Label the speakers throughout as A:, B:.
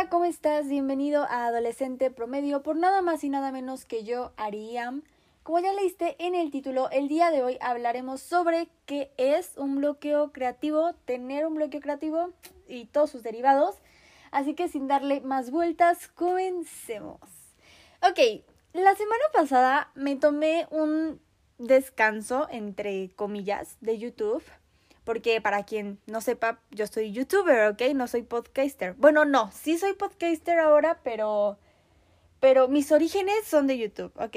A: Hola, ¿cómo estás? Bienvenido a Adolescente Promedio por nada más y nada menos que yo, Ariam. Como ya leíste en el título, el día de hoy hablaremos sobre qué es un bloqueo creativo, tener un bloqueo creativo y todos sus derivados. Así que sin darle más vueltas, comencemos. Ok, la semana pasada me tomé un descanso, entre comillas, de YouTube. Porque para quien no sepa, yo soy youtuber, ¿ok? No soy podcaster. Bueno, no, sí soy podcaster ahora, pero mis orígenes son de YouTube, ¿ok?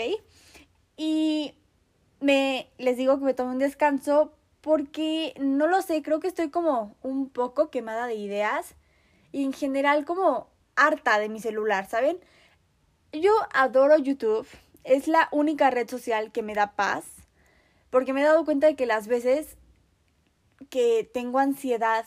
A: Y les digo que me tomé un descanso porque, no lo sé, creo que estoy como un poco quemada de ideas. Y en general como harta de mi celular, ¿saben? Yo adoro YouTube. Es la única red social que me da paz. Porque me he dado cuenta de que las veces que tengo ansiedad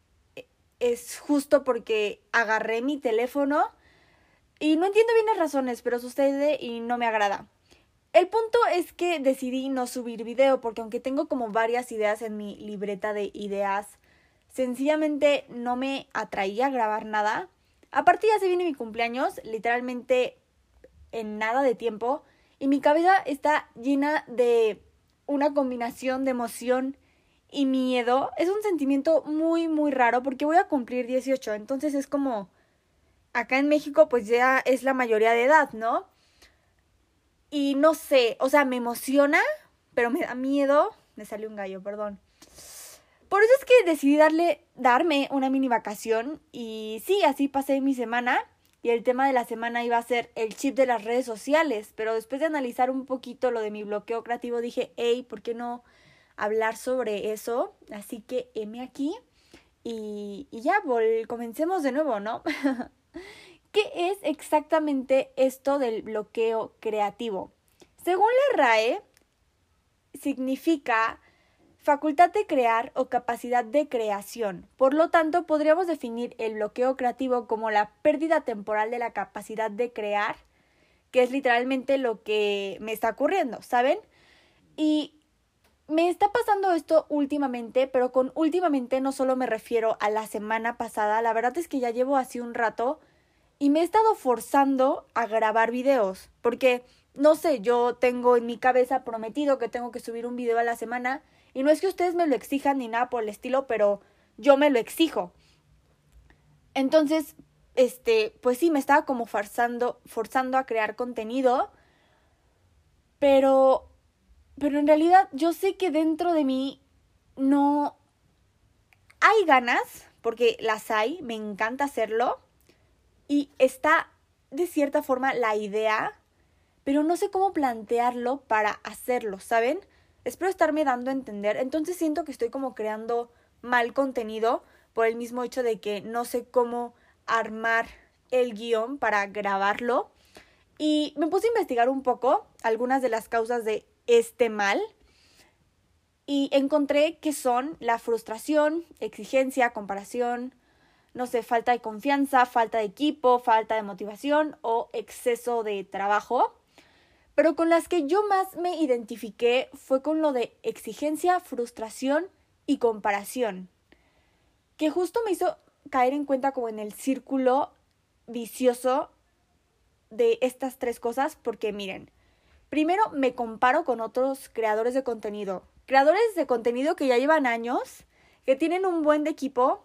A: es justo porque agarré mi teléfono y no entiendo bien las razones, pero sucede y no me agrada. El punto es que decidí no subir video porque aunque tengo como varias ideas en mi libreta de ideas, sencillamente no me atraía grabar nada. Aparte ya se viene mi cumpleaños, literalmente en nada de tiempo, y mi cabeza está llena de una combinación de emoción y miedo. Es un sentimiento muy, muy raro porque voy a cumplir 18. Entonces es como, acá en México pues ya es la mayoría de edad, ¿no? Y no sé, o sea, me emociona, pero me da miedo. Me salió un gallo, perdón. Por eso es que decidí darme una mini vacación. Y sí, así pasé mi semana. Y el tema de la semana iba a ser el chip de las redes sociales. Pero después de analizar un poquito lo de mi bloqueo creativo, dije, hey, ¿por qué no hablar sobre eso? Así que heme aquí y ya, comencemos de nuevo, ¿no? ¿Qué es exactamente esto del bloqueo creativo? Según la RAE, significa facultad de crear o capacidad de creación. Por lo tanto, podríamos definir el bloqueo creativo como la pérdida temporal de la capacidad de crear, que es literalmente lo que me está ocurriendo, ¿saben? Y me está pasando esto últimamente, pero con últimamente no solo me refiero a la semana pasada, la verdad es que ya llevo así un rato y me he estado forzando a grabar videos, porque, no sé, yo tengo en mi cabeza prometido que tengo que subir un video a la semana, y no es que ustedes me lo exijan ni nada por el estilo, pero yo me lo exijo. Entonces, pues sí, me estaba como forzando a crear contenido, pero en realidad yo sé que dentro de mí no hay ganas, porque las hay, me encanta hacerlo, y está de cierta forma la idea, pero no sé cómo plantearlo para hacerlo, ¿saben? Espero estarme dando a entender. Entonces siento que estoy como creando mal contenido por el mismo hecho de que no sé cómo armar el guión para grabarlo. Y me puse a investigar un poco algunas de las causas de este mal. Y encontré que son la frustración, exigencia, comparación, no sé, falta de confianza, falta de equipo, falta de motivación o exceso de trabajo. Pero con las que yo más me identifiqué fue con lo de exigencia, frustración y comparación, que justo me hizo caer en cuenta como en el círculo vicioso de estas tres cosas, porque miren, primero me comparo con otros creadores de contenido que ya llevan años, que tienen un buen de equipo,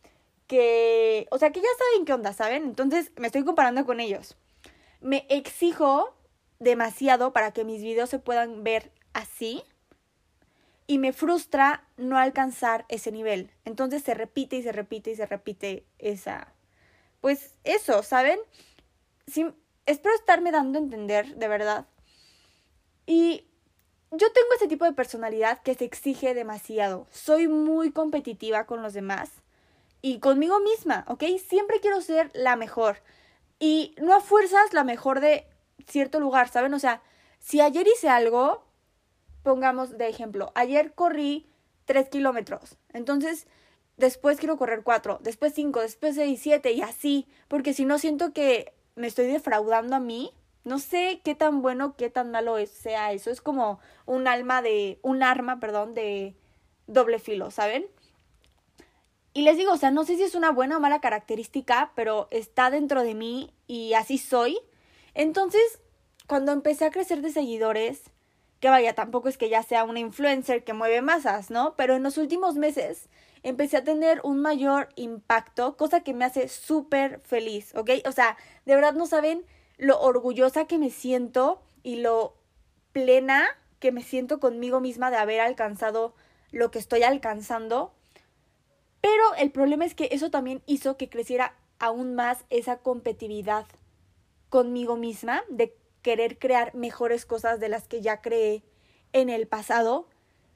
A: que ya saben qué onda, ¿saben? Entonces me estoy comparando con ellos. Me exijo demasiado para que mis videos se puedan ver así y me frustra no alcanzar ese nivel. Entonces se repite y se repite y se repite pues eso, ¿saben? Sí, espero estarme dando a entender, de verdad. Y yo tengo ese tipo de personalidad que se exige demasiado. Soy muy competitiva con los demás y conmigo misma, ¿ok? Siempre quiero ser la mejor. Y no a fuerzas la mejor de cierto lugar, ¿saben? O sea, si ayer hice algo, pongamos de ejemplo, ayer corrí 3 kilómetros, entonces después quiero correr 4, después 5, después 6, 7 y así, porque si no siento que me estoy defraudando a mí. No sé qué tan bueno, qué tan malo sea eso. Es como un arma de doble filo, ¿saben? Y les digo, o sea, no sé si es una buena o mala característica, pero está dentro de mí y así soy. Entonces, cuando empecé a crecer de seguidores, que vaya, tampoco es que ya sea una influencer que mueve masas, ¿no? Pero en los últimos meses empecé a tener un mayor impacto, cosa que me hace súper feliz, ¿ok? O sea, de verdad no saben lo orgullosa que me siento y lo plena que me siento conmigo misma de haber alcanzado lo que estoy alcanzando. Pero el problema es que eso también hizo que creciera aún más esa competitividad conmigo misma, de querer crear mejores cosas de las que ya creé en el pasado.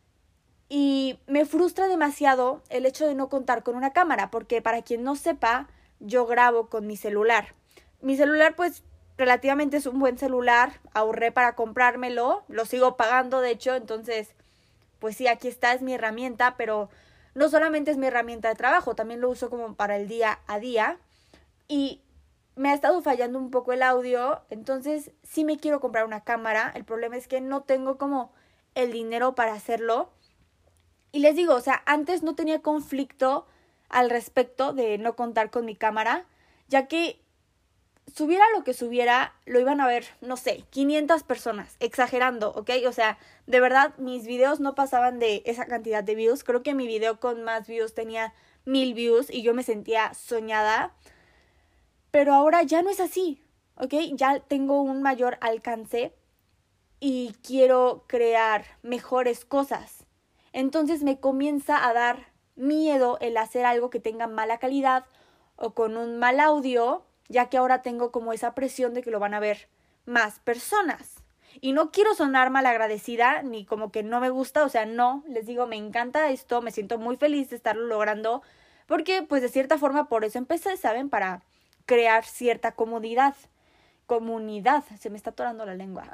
A: Y me frustra demasiado el hecho de no contar con una cámara, porque para quien no sepa, yo grabo con mi celular. Mi celular, pues, relativamente es un buen celular, ahorré para comprármelo, lo sigo pagando, de hecho, entonces, pues sí, aquí está, es mi herramienta, pero no solamente es mi herramienta de trabajo, también lo uso como para el día a día. Y me ha estado fallando un poco el audio, entonces sí me quiero comprar una cámara. El problema es que no tengo como el dinero para hacerlo. Y les digo, o sea, antes no tenía conflicto al respecto de no contar con mi cámara, ya que subiera lo que subiera, lo iban a ver, no sé, 500 personas, exagerando, ¿ok? O sea, de verdad, mis videos no pasaban de esa cantidad de views. Creo que mi video con más views tenía 1000 views y yo me sentía soñada. Pero ahora ya no es así, ¿ok? Ya tengo un mayor alcance y quiero crear mejores cosas. Entonces me comienza a dar miedo el hacer algo que tenga mala calidad o con un mal audio, ya que ahora tengo como esa presión de que lo van a ver más personas. Y no quiero sonar malagradecida ni como que no me gusta, o sea, no, les digo, me encanta esto, me siento muy feliz de estarlo logrando, porque pues de cierta forma por eso empecé, ¿saben? Para crear cierta comunidad, se me está atorando la lengua.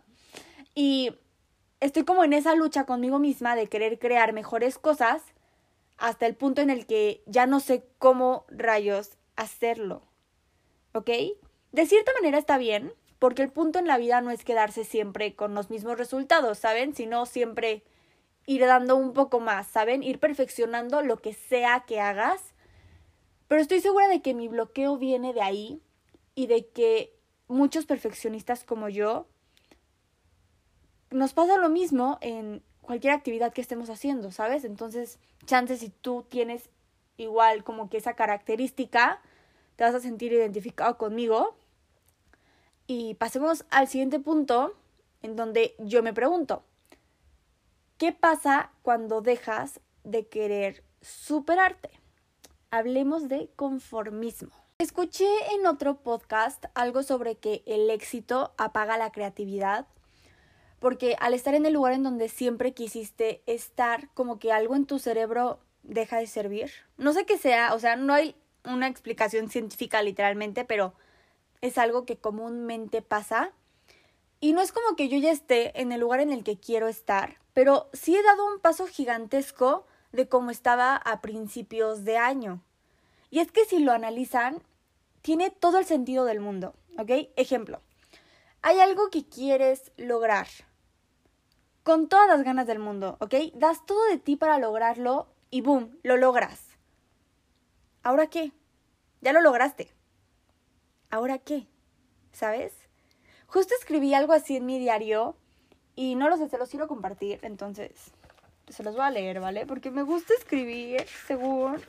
A: Y estoy como en esa lucha conmigo misma de querer crear mejores cosas hasta el punto en el que ya no sé cómo rayos hacerlo, ¿ok? De cierta manera está bien, porque el punto en la vida no es quedarse siempre con los mismos resultados, ¿saben? Sino siempre ir dando un poco más, ¿saben? Ir perfeccionando lo que sea que hagas. Pero estoy segura de que mi bloqueo viene de ahí y de que muchos perfeccionistas como yo nos pasa lo mismo en cualquier actividad que estemos haciendo, ¿sabes? Entonces, chance si tú tienes igual como que esa característica, te vas a sentir identificado conmigo. Y pasemos al siguiente punto, en donde yo me pregunto, ¿qué pasa cuando dejas de querer superarte? Hablemos de conformismo. Escuché en otro podcast algo sobre que el éxito apaga la creatividad, porque al estar en el lugar en donde siempre quisiste estar, como que algo en tu cerebro deja de servir. No sé qué sea, o sea, no hay una explicación científica literalmente, pero es algo que comúnmente pasa. Y no es como que yo ya esté en el lugar en el que quiero estar, pero sí he dado un paso gigantesco de cómo estaba a principios de año. Y es que si lo analizan, tiene todo el sentido del mundo, ¿ok? Ejemplo, hay algo que quieres lograr con todas las ganas del mundo, ¿ok? Das todo de ti para lograrlo y ¡boom!, lo logras. ¿Ahora qué? Ya lo lograste. ¿Ahora qué? ¿Sabes? Justo escribí algo así en mi diario y no lo sé, se los quiero compartir, entonces se los voy a leer, ¿vale? Porque me gusta escribir, según...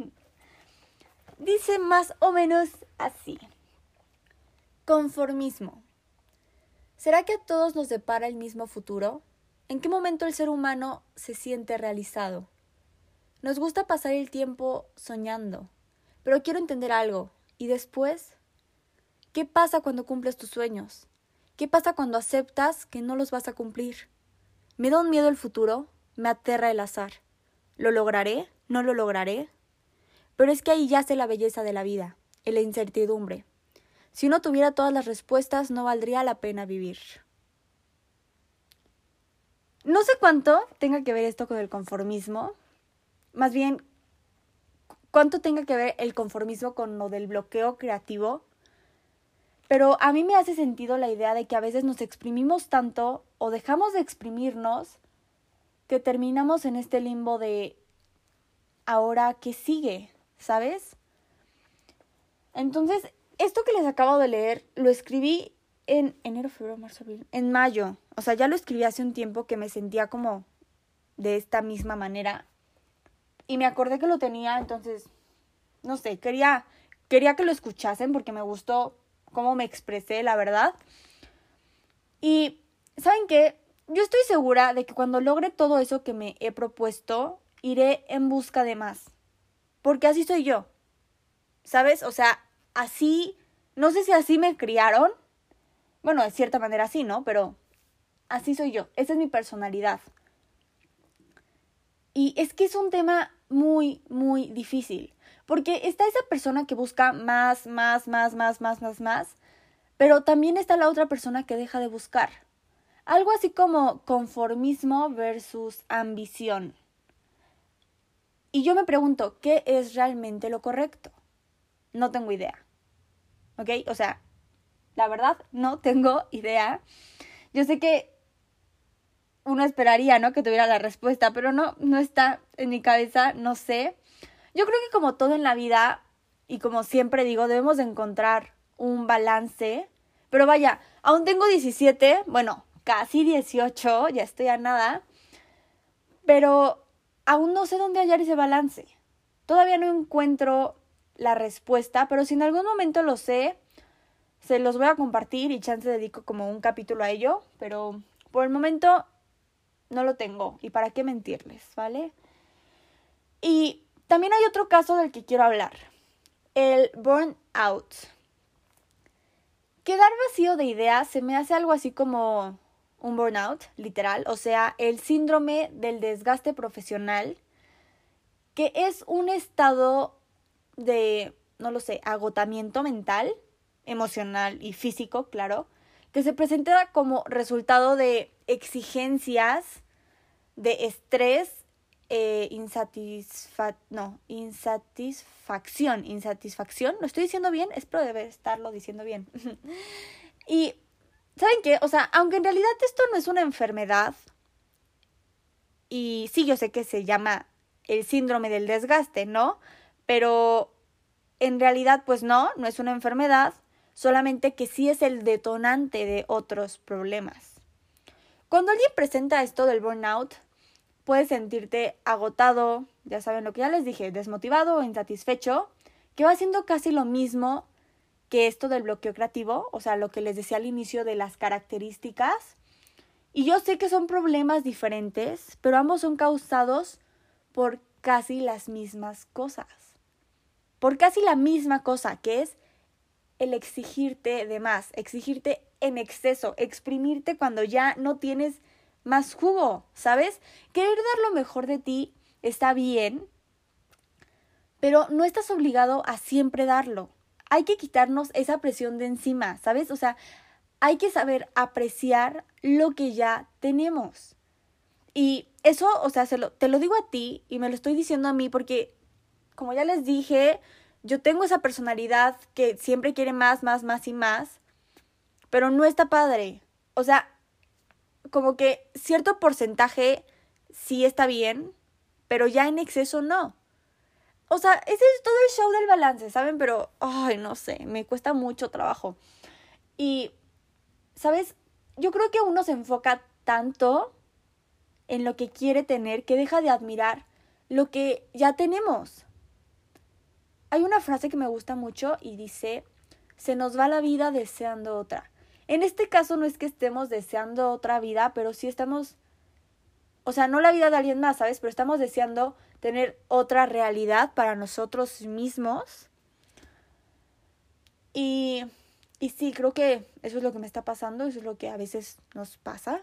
A: Dice más o menos así. Conformismo. ¿Será que a todos nos depara el mismo futuro? ¿En qué momento el ser humano se siente realizado? Nos gusta pasar el tiempo soñando, pero quiero entender algo. ¿Y después? ¿Qué pasa cuando cumples tus sueños? ¿Qué pasa cuando aceptas que no los vas a cumplir? ¿Me da un miedo el futuro? ¿Me aterra el azar? ¿Lo lograré? ¿No lo lograré? Pero es que ahí yace la belleza de la vida, en la incertidumbre. Si uno tuviera todas las respuestas, no valdría la pena vivir. No sé cuánto tenga que ver esto con el conformismo, más bien, cuánto tenga que ver el conformismo con lo del bloqueo creativo, pero a mí me hace sentido la idea de que a veces nos exprimimos tanto o dejamos de exprimirnos que terminamos en este limbo de ahora qué sigue, ¿sabes? Entonces, esto que les acabo de leer, lo escribí en enero, febrero, marzo, abril, en mayo. O sea, ya lo escribí hace un tiempo que me sentía como de esta misma manera. Y me acordé que lo tenía, entonces, no sé, quería que lo escuchasen porque me gustó cómo me expresé, la verdad. Y, ¿saben qué? Yo estoy segura de que cuando logre todo eso que me he propuesto, iré en busca de más. Porque así soy yo, ¿sabes? O sea, así, no sé si así me criaron. Bueno, de cierta manera sí, ¿no? Pero así soy yo, esa es mi personalidad. Y es que es un tema muy, muy difícil. Porque está esa persona que busca más, pero también está la otra persona que deja de buscar. Algo así como conformismo versus ambición. Y yo me pregunto, ¿qué es realmente lo correcto? No tengo idea. ¿Ok? O sea, la verdad, no tengo idea. Yo sé que uno esperaría, ¿no? Que tuviera la respuesta, pero no está en mi cabeza, no sé. Yo creo que como todo en la vida, y como siempre digo, debemos de encontrar un balance. Pero vaya, aún tengo 17, bueno, casi 18, ya estoy a nada. Pero aún no sé dónde hallar ese balance. Todavía no encuentro la respuesta, pero si en algún momento lo sé, se los voy a compartir y chance dedico como un capítulo a ello. Pero por el momento no lo tengo. ¿Y para qué mentirles? ¿Vale? Y también hay otro caso del que quiero hablar. El burnout. Quedar vacío de ideas se me hace algo así como un burnout, literal. O sea, el síndrome del desgaste profesional, que es un estado de, no lo sé, agotamiento mental, emocional y físico, claro, que se presenta como resultado de exigencias, de estrés, insatisfacción, ¿lo estoy diciendo bien? Espero debe estarlo diciendo bien. Y, ¿saben qué? O sea, aunque en realidad esto no es una enfermedad, y sí, yo sé que se llama el síndrome del desgaste, ¿no? Pero en realidad, pues no es una enfermedad, solamente que sí es el detonante de otros problemas. Cuando alguien presenta esto del burnout, puedes sentirte agotado, ya saben lo que ya les dije, desmotivado o insatisfecho, que va siendo casi lo mismo que esto del bloqueo creativo, o sea, lo que les decía al inicio de las características. Y yo sé que son problemas diferentes, pero ambos son causados por casi las mismas cosas. Por casi la misma cosa, que es el exigirte de más, exigirte en exceso, exprimirte cuando ya no tienes más jugo, ¿sabes? Querer dar lo mejor de ti está bien, pero no estás obligado a siempre darlo. Hay que quitarnos esa presión de encima, ¿sabes? O sea, hay que saber apreciar lo que ya tenemos. Y eso, o sea, te lo digo a ti y me lo estoy diciendo a mí porque, como ya les dije, yo tengo esa personalidad que siempre quiere más y más, pero no está padre. O sea, como que cierto porcentaje sí está bien, pero ya en exceso no. O sea, ese es todo el show del balance, ¿saben? Pero, ay, no sé, me cuesta mucho trabajo. Y, ¿sabes? Yo creo que uno se enfoca tanto en lo que quiere tener que deja de admirar lo que ya tenemos. Hay una frase que me gusta mucho y dice, se nos va la vida deseando otra. En este caso no es que estemos deseando otra vida, pero sí estamos, o sea, no la vida de alguien más, ¿sabes? Pero estamos deseando tener otra realidad para nosotros mismos. Y sí, creo que eso es lo que me está pasando, eso es lo que a veces nos pasa.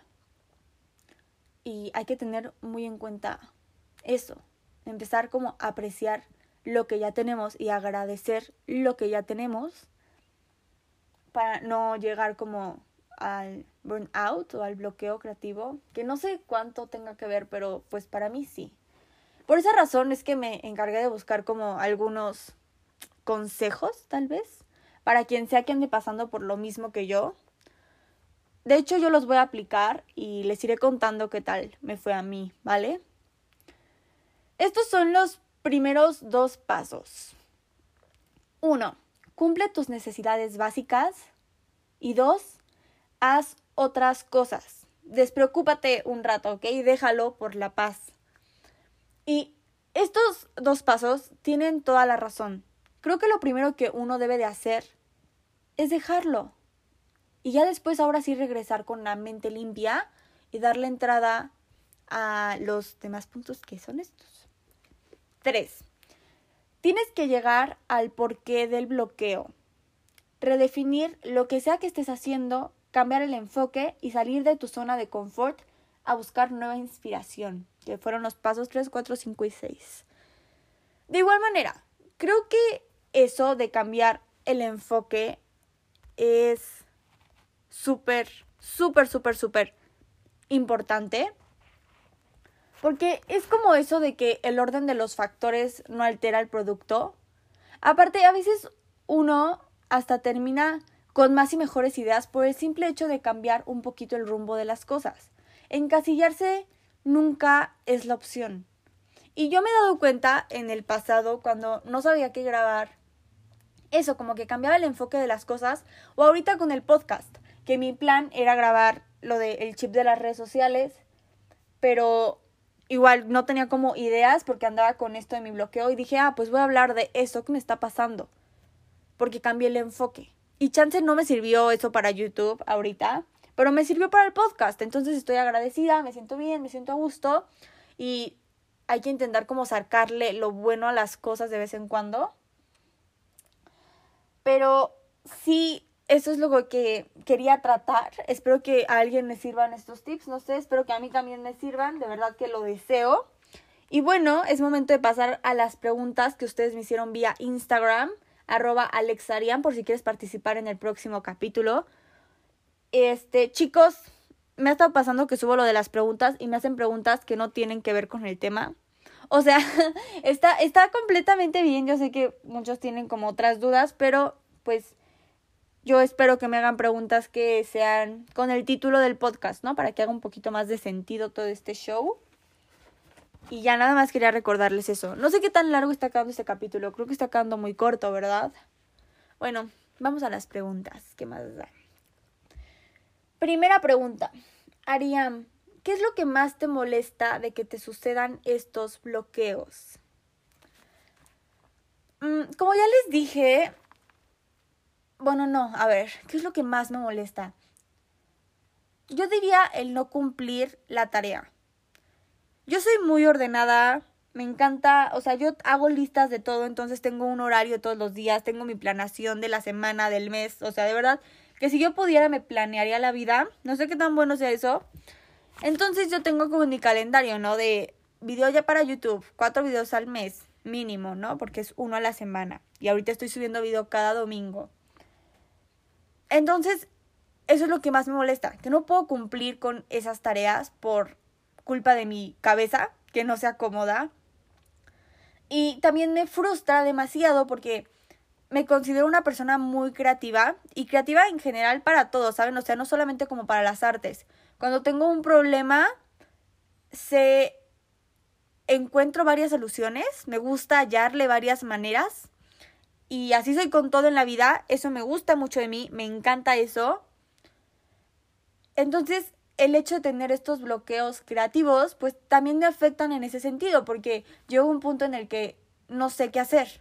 A: Y hay que tener muy en cuenta eso, empezar como a apreciar lo que ya tenemos y agradecer lo que ya tenemos para no llegar como al burnout o al bloqueo creativo, que no sé cuánto tenga que ver, pero pues para mí sí. Por esa razón es que me encargué de buscar como algunos consejos, tal vez, para quien sea que ande pasando por lo mismo que yo. De hecho, yo los voy a aplicar y les iré contando qué tal me fue a mí, ¿vale? Estos son los primeros 2 pasos. 1. Cumple tus necesidades básicas. Y 2. Haz otras cosas. Despreocúpate un rato, ¿ok? Déjalo por la paz. Y estos 2 pasos tienen toda la razón. Creo que lo primero que uno debe de hacer es dejarlo. Y ya después, ahora sí, regresar con la mente limpia y darle entrada a los demás puntos que son estos. 3. Tienes que llegar al porqué del bloqueo. Redefinir lo que sea que estés haciendo, cambiar el enfoque y salir de tu zona de confort a buscar nueva inspiración, que fueron los pasos 3, 4, 5 y 6. De igual manera, creo que eso de cambiar el enfoque es súper importante. Porque es como eso de que el orden de los factores no altera el producto. Aparte, a veces uno hasta termina con más y mejores ideas por el simple hecho de cambiar un poquito el rumbo de las cosas. Encasillarse nunca es la opción. Y yo me he dado cuenta en el pasado cuando no sabía qué grabar. Eso, como que cambiaba el enfoque de las cosas. O ahorita con el podcast, que mi plan era grabar lo del chip de las redes sociales. Pero igual no tenía como ideas porque andaba con esto de mi bloqueo. Y dije, pues voy a hablar de eso que me está pasando. Porque cambié el enfoque. Y chance no me sirvió eso para YouTube ahorita, pero me sirvió para el podcast. Entonces estoy agradecida, me siento bien, me siento a gusto. Y hay que intentar como sacarle lo bueno a las cosas de vez en cuando. Pero sí, eso es lo que quería tratar. Espero que a alguien le sirvan estos tips. No sé, espero que a mí también me sirvan. De verdad que lo deseo. Y bueno, es momento de pasar a las preguntas que ustedes me hicieron vía Instagram. @alexarian, por si quieres participar en el próximo capítulo. Chicos, me ha estado pasando que subo lo de las preguntas y me hacen preguntas que no tienen que ver con el tema. O sea, está completamente bien. Yo sé que muchos tienen como otras dudas, pero pues yo espero que me hagan preguntas que sean con el título del podcast, ¿no? Para que haga un poquito más de sentido todo este show. Y ya nada más quería recordarles eso. No sé qué tan largo está quedando este capítulo. Creo que está quedando muy corto, ¿verdad? Bueno, vamos a las preguntas. ¿Qué más da? Primera pregunta. Ariam, ¿qué es lo que más te molesta de que te sucedan estos bloqueos? Como ya les dije... Bueno, no, a ver, ¿qué es lo que más me molesta? Yo diría el no cumplir la tarea. Yo soy muy ordenada, me encanta, o sea, yo hago listas de todo, entonces tengo un horario todos los días, tengo mi planeación de la semana, del mes, o sea, de verdad, que si yo pudiera me planearía la vida, no sé qué tan bueno sea eso. Entonces yo tengo como mi calendario, ¿no? De video ya para YouTube, 4 videos al mes, mínimo, ¿no? Porque es 1 a la semana, y ahorita estoy subiendo video cada domingo. Entonces, eso es lo que más me molesta, que no puedo cumplir con esas tareas por culpa de mi cabeza, que no se acomoda. Y también me frustra demasiado porque me considero una persona muy creativa y creativa en general para todo, ¿saben? O sea, no solamente como para las artes. Cuando tengo un problema, encuentro varias soluciones, me gusta hallarle varias maneras y así soy con todo en la vida. Eso me gusta mucho de mí, me encanta eso. Entonces, el hecho de tener estos bloqueos creativos, pues también me afectan en ese sentido, porque llego a un punto en el que no sé qué hacer.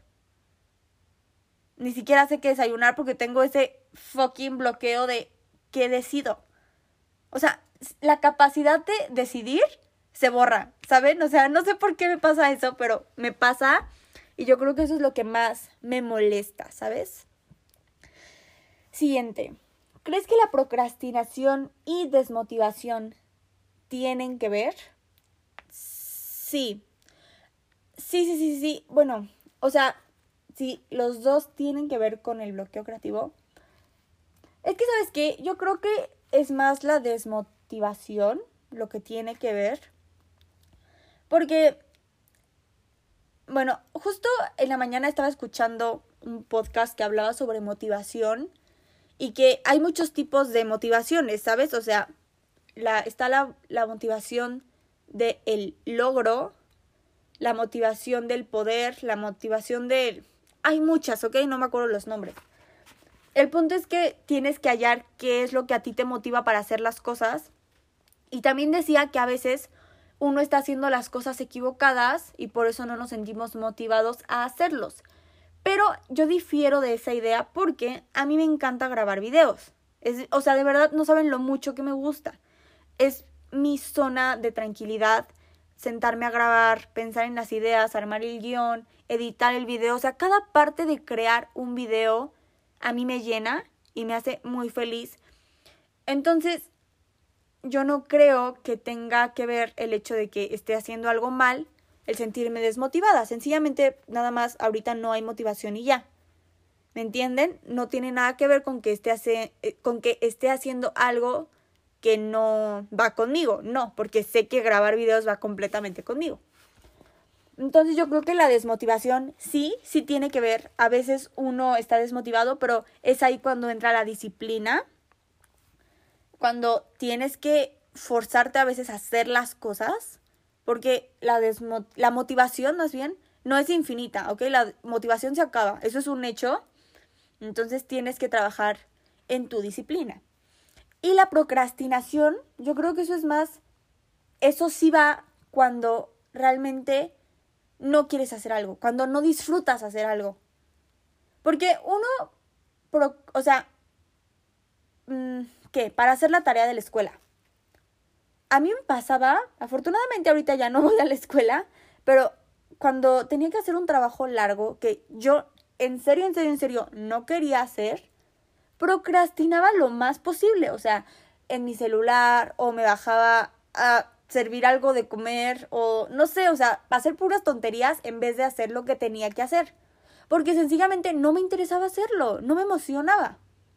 A: Ni siquiera sé qué desayunar porque tengo ese fucking bloqueo de qué decido. O sea, la capacidad de decidir se borra, ¿saben? O sea, no sé por qué me pasa eso, pero me pasa y yo creo que eso es lo que más me molesta, ¿sabes? Siguiente. ¿Crees que la procrastinación y desmotivación tienen que ver? Sí. Sí. Bueno, o sea, sí, los dos tienen que ver con el bloqueo creativo. Es que, ¿sabes qué? Yo creo que es más la desmotivación lo que tiene que ver. Porque, bueno, justo en la mañana estaba escuchando un podcast que hablaba sobre motivación. Y que hay muchos tipos de motivaciones, ¿sabes? O sea, está la motivación del logro, la motivación del poder, la motivación del... Hay muchas, ¿ok? No me acuerdo los nombres. El punto es que tienes que hallar qué es lo que a ti te motiva para hacer las cosas. Y también decía que a veces uno está haciendo las cosas equivocadas y por eso no nos sentimos motivados a hacerlos. Pero yo difiero de esa idea porque a mí me encanta grabar videos. O sea, de verdad no saben lo mucho que me gusta. Es mi zona de tranquilidad, sentarme a grabar, pensar en las ideas, armar el guión, editar el video. O sea, cada parte de crear un video a mí me llena y me hace muy feliz. Entonces, yo no creo que tenga que ver el hecho de que esté haciendo algo mal el sentirme desmotivada. Sencillamente, nada más, ahorita no hay motivación y ya. ¿Me entienden? No tiene nada que ver con que esté haciendo algo que no va conmigo. No, porque sé que grabar videos va completamente conmigo. Entonces yo creo que la desmotivación sí tiene que ver. A veces uno está desmotivado, pero es ahí cuando entra la disciplina. Cuando tienes que forzarte a veces a hacer las cosas. Porque la motivación, más bien, no es infinita, ¿ok? La motivación se acaba. Eso es un hecho. Entonces tienes que trabajar en tu disciplina. Y la procrastinación, yo creo que eso sí va cuando realmente no quieres hacer algo, cuando no disfrutas hacer algo. Porque para hacer la tarea de la escuela. A mí me pasaba, afortunadamente ahorita ya no voy a la escuela, pero cuando tenía que hacer un trabajo largo que yo en serio no quería hacer, procrastinaba lo más posible. O sea, en mi celular o me bajaba a servir algo de comer o no sé, o sea, hacer puras tonterías en vez de hacer lo que tenía que hacer. Porque sencillamente no me interesaba hacerlo, no me emocionaba.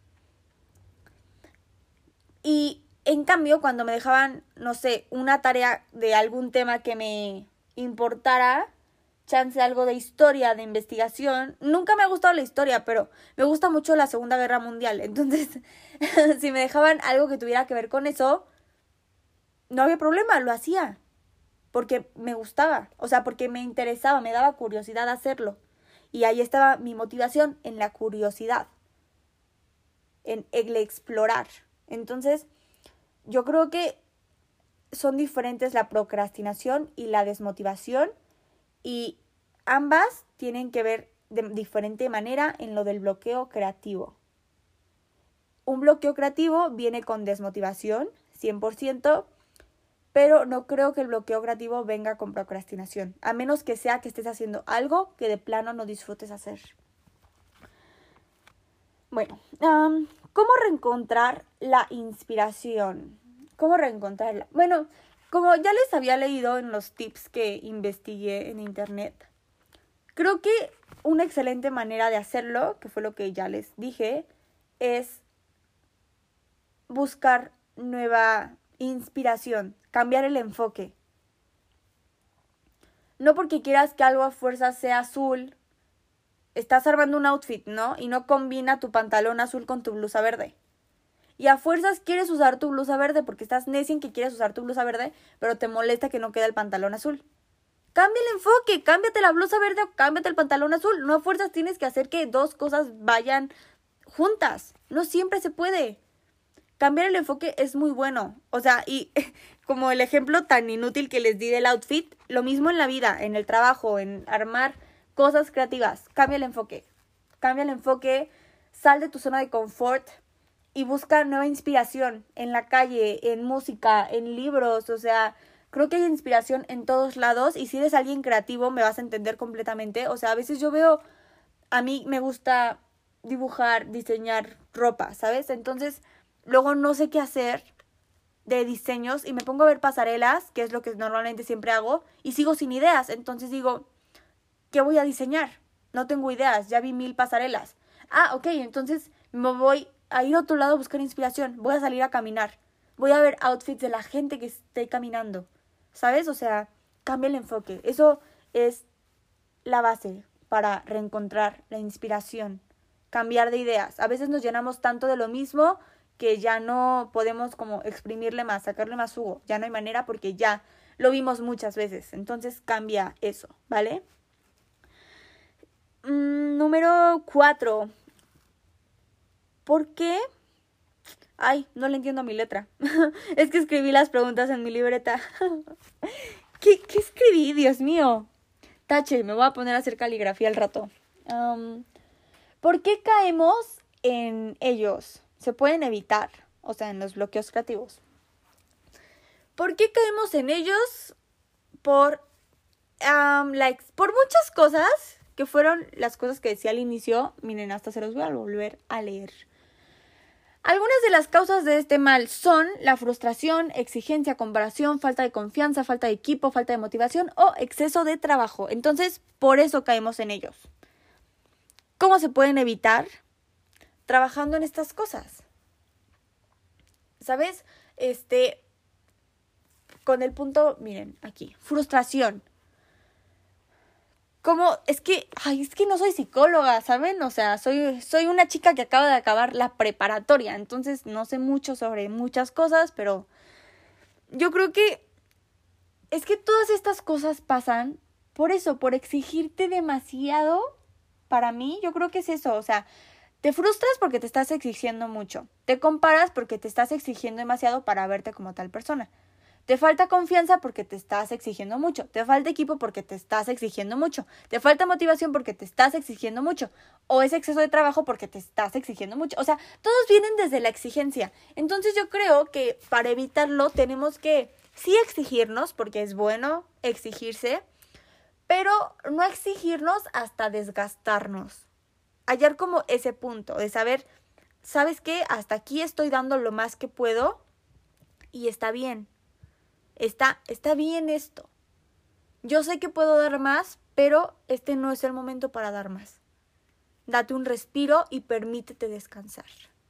A: Y en cambio, cuando me dejaban, no sé, una tarea de algún tema que me importara, chance algo de historia, de investigación. Nunca me ha gustado la historia, pero me gusta mucho la Segunda Guerra Mundial. Entonces, si me dejaban algo que tuviera que ver con eso, no había problema, lo hacía. Porque me gustaba, o sea, porque me interesaba, me daba curiosidad hacerlo. Y ahí estaba mi motivación, en la curiosidad, en el explorar. Entonces, yo creo que son diferentes la procrastinación y la desmotivación y ambas tienen que ver de diferente manera en lo del bloqueo creativo. Un bloqueo creativo viene con desmotivación, 100%, pero no creo que el bloqueo creativo venga con procrastinación, a menos que sea que estés haciendo algo que de plano no disfrutes hacer. Bueno, ¿cómo reencontrar la inspiración? ¿Cómo reencontrarla? Bueno, como ya les había leído en los tips que investigué en internet, creo que una excelente manera de hacerlo, que fue lo que ya les dije, es buscar nueva inspiración, cambiar el enfoque. No porque quieras que algo a fuerza sea azul, estás armando un outfit, ¿no? Y no combina tu pantalón azul con tu blusa verde. Y a fuerzas quieres usar tu blusa verde porque estás necia en que quieres usar tu blusa verde, pero te molesta que no quede el pantalón azul. Cambia el enfoque, cámbiate la blusa verde o cámbiate el pantalón azul. No a fuerzas tienes que hacer que dos cosas vayan juntas. No siempre se puede. Cambiar el enfoque es muy bueno. O sea, y como el ejemplo tan inútil que les di del outfit, lo mismo en la vida, en el trabajo, en armar cosas creativas. Cambia el enfoque. Cambia el enfoque, sal de tu zona de confort y busca nueva inspiración en la calle, en música, en libros. O sea, creo que hay inspiración en todos lados y si eres alguien creativo me vas a entender completamente. O sea, a veces a mí me gusta dibujar, diseñar ropa, ¿sabes? Entonces, luego no sé qué hacer de diseños y me pongo a ver pasarelas, que es lo que normalmente siempre hago, y sigo sin ideas. Entonces digo, ¿qué voy a diseñar? No tengo ideas, ya vi 1000 pasarelas. Ok, entonces me voy a ir a otro lado a buscar inspiración. Voy a salir a caminar. Voy a ver outfits de la gente que esté caminando. ¿Sabes? O sea, cambia el enfoque. Eso es la base para reencontrar la inspiración. Cambiar de ideas. A veces nos llenamos tanto de lo mismo que ya no podemos como exprimirle más, sacarle más jugo. Ya no hay manera porque ya lo vimos muchas veces. Entonces cambia eso, ¿vale? Número 4. ¿Por qué? Ay, no le entiendo a mi letra. Es que escribí las preguntas en mi libreta. ¿Qué escribí? Dios mío. Tache, me voy a poner a hacer caligrafía al rato. ¿Por qué caemos en ellos? ¿Se pueden evitar? O sea, en los bloqueos creativos. ¿Por qué caemos en ellos? Por muchas cosas que fueron las cosas que decía al inicio. Miren, hasta se los voy a volver a leer. Algunas de las causas de este mal son la frustración, exigencia, comparación, falta de confianza, falta de equipo, falta de motivación o exceso de trabajo. Entonces, por eso caemos en ellos. ¿Cómo se pueden evitar? Trabajando en estas cosas. ¿Sabes? Con el punto, miren, aquí, frustración. Es que no soy psicóloga, ¿saben? O sea, soy una chica que acaba de acabar la preparatoria, entonces no sé mucho sobre muchas cosas, pero yo creo que es que todas estas cosas pasan por eso, por exigirte demasiado. Para mí, yo creo que es eso, o sea, te frustras porque te estás exigiendo mucho, te comparas porque te estás exigiendo demasiado para verte como tal persona. Te falta confianza porque te estás exigiendo mucho. Te falta equipo porque te estás exigiendo mucho. Te falta motivación porque te estás exigiendo mucho. O es exceso de trabajo porque te estás exigiendo mucho. O sea, todos vienen desde la exigencia. Entonces yo creo que para evitarlo tenemos que sí exigirnos, porque es bueno exigirse, pero no exigirnos hasta desgastarnos. Hallar como ese punto de saber, ¿sabes qué? Hasta aquí estoy dando lo más que puedo y está bien. Está bien esto. Yo sé que puedo dar más, pero este no es el momento para dar más. Date un respiro y permítete descansar.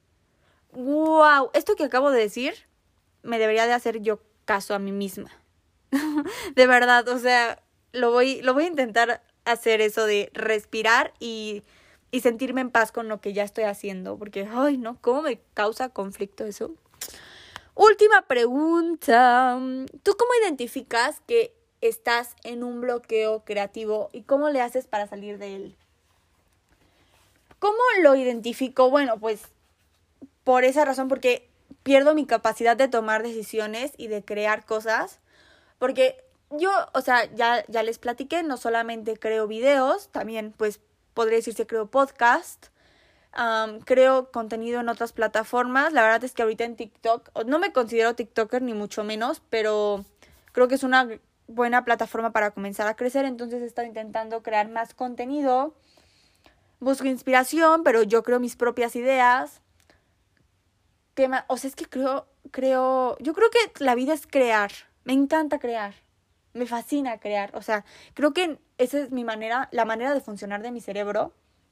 A: ¡Wow! Esto que acabo de decir, me debería de hacer yo caso a mí misma. De verdad, o sea, lo voy a intentar hacer eso de respirar y sentirme en paz con lo que ya estoy haciendo. Porque, ay, no, ¿cómo me causa conflicto eso? Última pregunta. ¿Tú cómo identificas que estás en un bloqueo creativo y cómo le haces para salir de él? ¿Cómo lo identifico? Bueno, pues por esa razón, porque pierdo mi capacidad de tomar decisiones y de crear cosas. Porque yo, o sea, ya les platiqué, no solamente creo videos, también pues podría decirse creo podcast. Creo contenido en otras plataformas. La verdad es que ahorita en TikTok, no me considero TikToker ni mucho menos, pero creo que es una buena plataforma para comenzar a crecer. Entonces he estado intentando crear más contenido. Busco inspiración, pero yo creo mis propias ideas. O sea, es que yo creo que la vida es crear. Me encanta crear. Me fascina crear. O sea, creo que esa es la manera de funcionar de mi cerebro.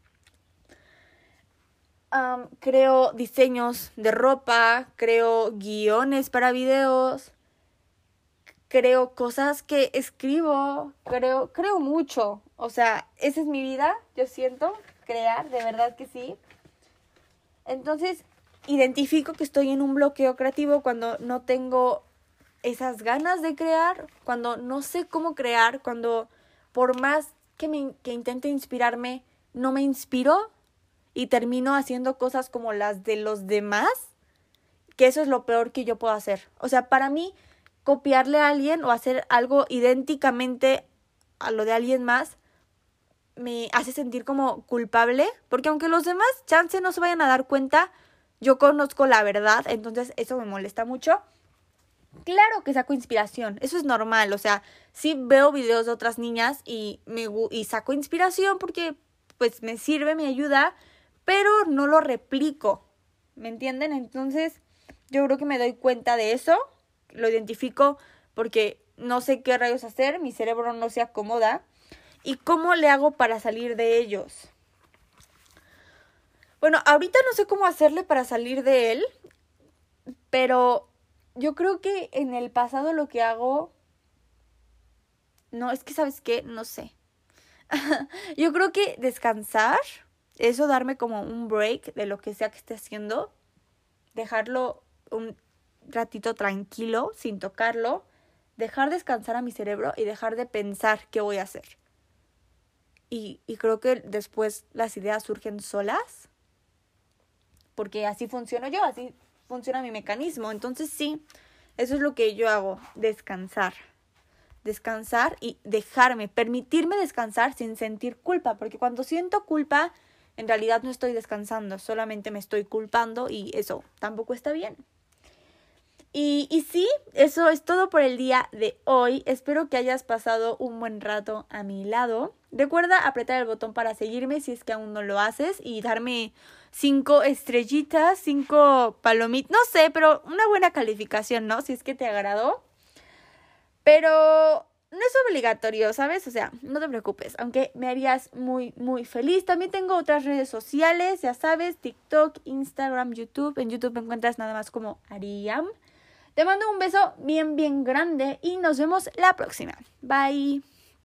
A: Creo diseños de ropa, creo guiones para videos, creo cosas que escribo, creo mucho. O sea, esa es mi vida, yo siento, crear, de verdad que sí. Entonces, identifico que estoy en un bloqueo creativo cuando no tengo esas ganas de crear, cuando no sé cómo crear, cuando por más que intente inspirarme, no me inspiro. Y termino haciendo cosas como las de los demás, que eso es lo peor que yo puedo hacer. O sea, para mí, copiarle a alguien o hacer algo idénticamente a lo de alguien más me hace sentir como culpable, porque aunque los demás chance no se vayan a dar cuenta, yo conozco la verdad, entonces eso me molesta mucho. Claro que saco inspiración, eso es normal, o sea, sí veo videos de otras niñas y saco inspiración porque pues me sirve, me ayuda, pero no lo replico, ¿me entienden? Entonces, yo creo que me doy cuenta de eso, lo identifico porque no sé qué rayos hacer, mi cerebro no se acomoda. ¿Y cómo le hago para salir de ellos? Bueno, ahorita no sé cómo hacerle para salir de él, pero yo creo que en el pasado lo que hago... No, es que ¿sabes qué? No sé. Yo creo que descansar... Eso, darme como un break de lo que sea que esté haciendo. Dejarlo un ratito tranquilo, sin tocarlo. dejar descansar a mi cerebro y dejar de pensar qué voy a hacer. Y creo que después las ideas surgen solas, porque así funciono yo, así funciona mi mecanismo. Entonces sí, eso es lo que yo hago, descansar y permitirme descansar sin sentir culpa, porque cuando siento culpa, en realidad no estoy descansando, solamente me estoy culpando y eso tampoco está bien. Y sí, eso es todo por el día de hoy. Espero que hayas pasado un buen rato a mi lado. Recuerda apretar el botón para seguirme si es que aún no lo haces y darme 5 estrellitas, 5 palomitas, no sé, pero una buena calificación, ¿no? Si es que te agradó. Pero no es obligatorio, ¿sabes? O sea, no te preocupes, aunque me harías muy, muy feliz. También tengo otras redes sociales, ya sabes, TikTok, Instagram, YouTube. En YouTube me encuentras nada más como Ariam. Te mando un beso bien, bien grande y nos vemos la próxima. Bye.